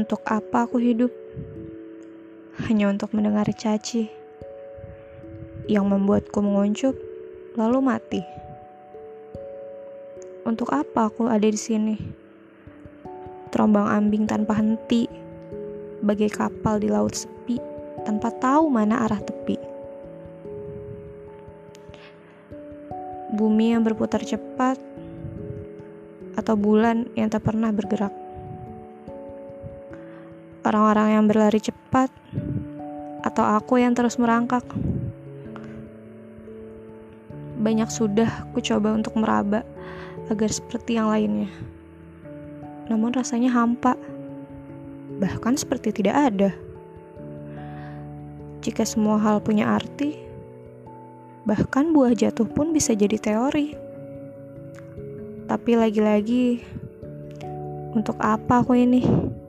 Untuk apa aku hidup? Hanya untuk mendengar caci yang membuatku menguncup lalu mati. Untuk apa aku ada di sini? Terombang-ambing tanpa henti, bagai kapal di laut sepi tanpa tahu mana arah tepi. Bumi yang berputar cepat atau bulan yang tak pernah bergerak. Orang-orang yang berlari cepat atau aku yang terus merangkak. Banyak sudah ku coba untuk meraba agar seperti yang lainnya. Namun rasanya hampa, bahkan seperti tidak ada. Jika semua hal punya arti, bahkan buah jatuh pun bisa jadi teori. Tapi lagi-lagi, untuk apa aku ini?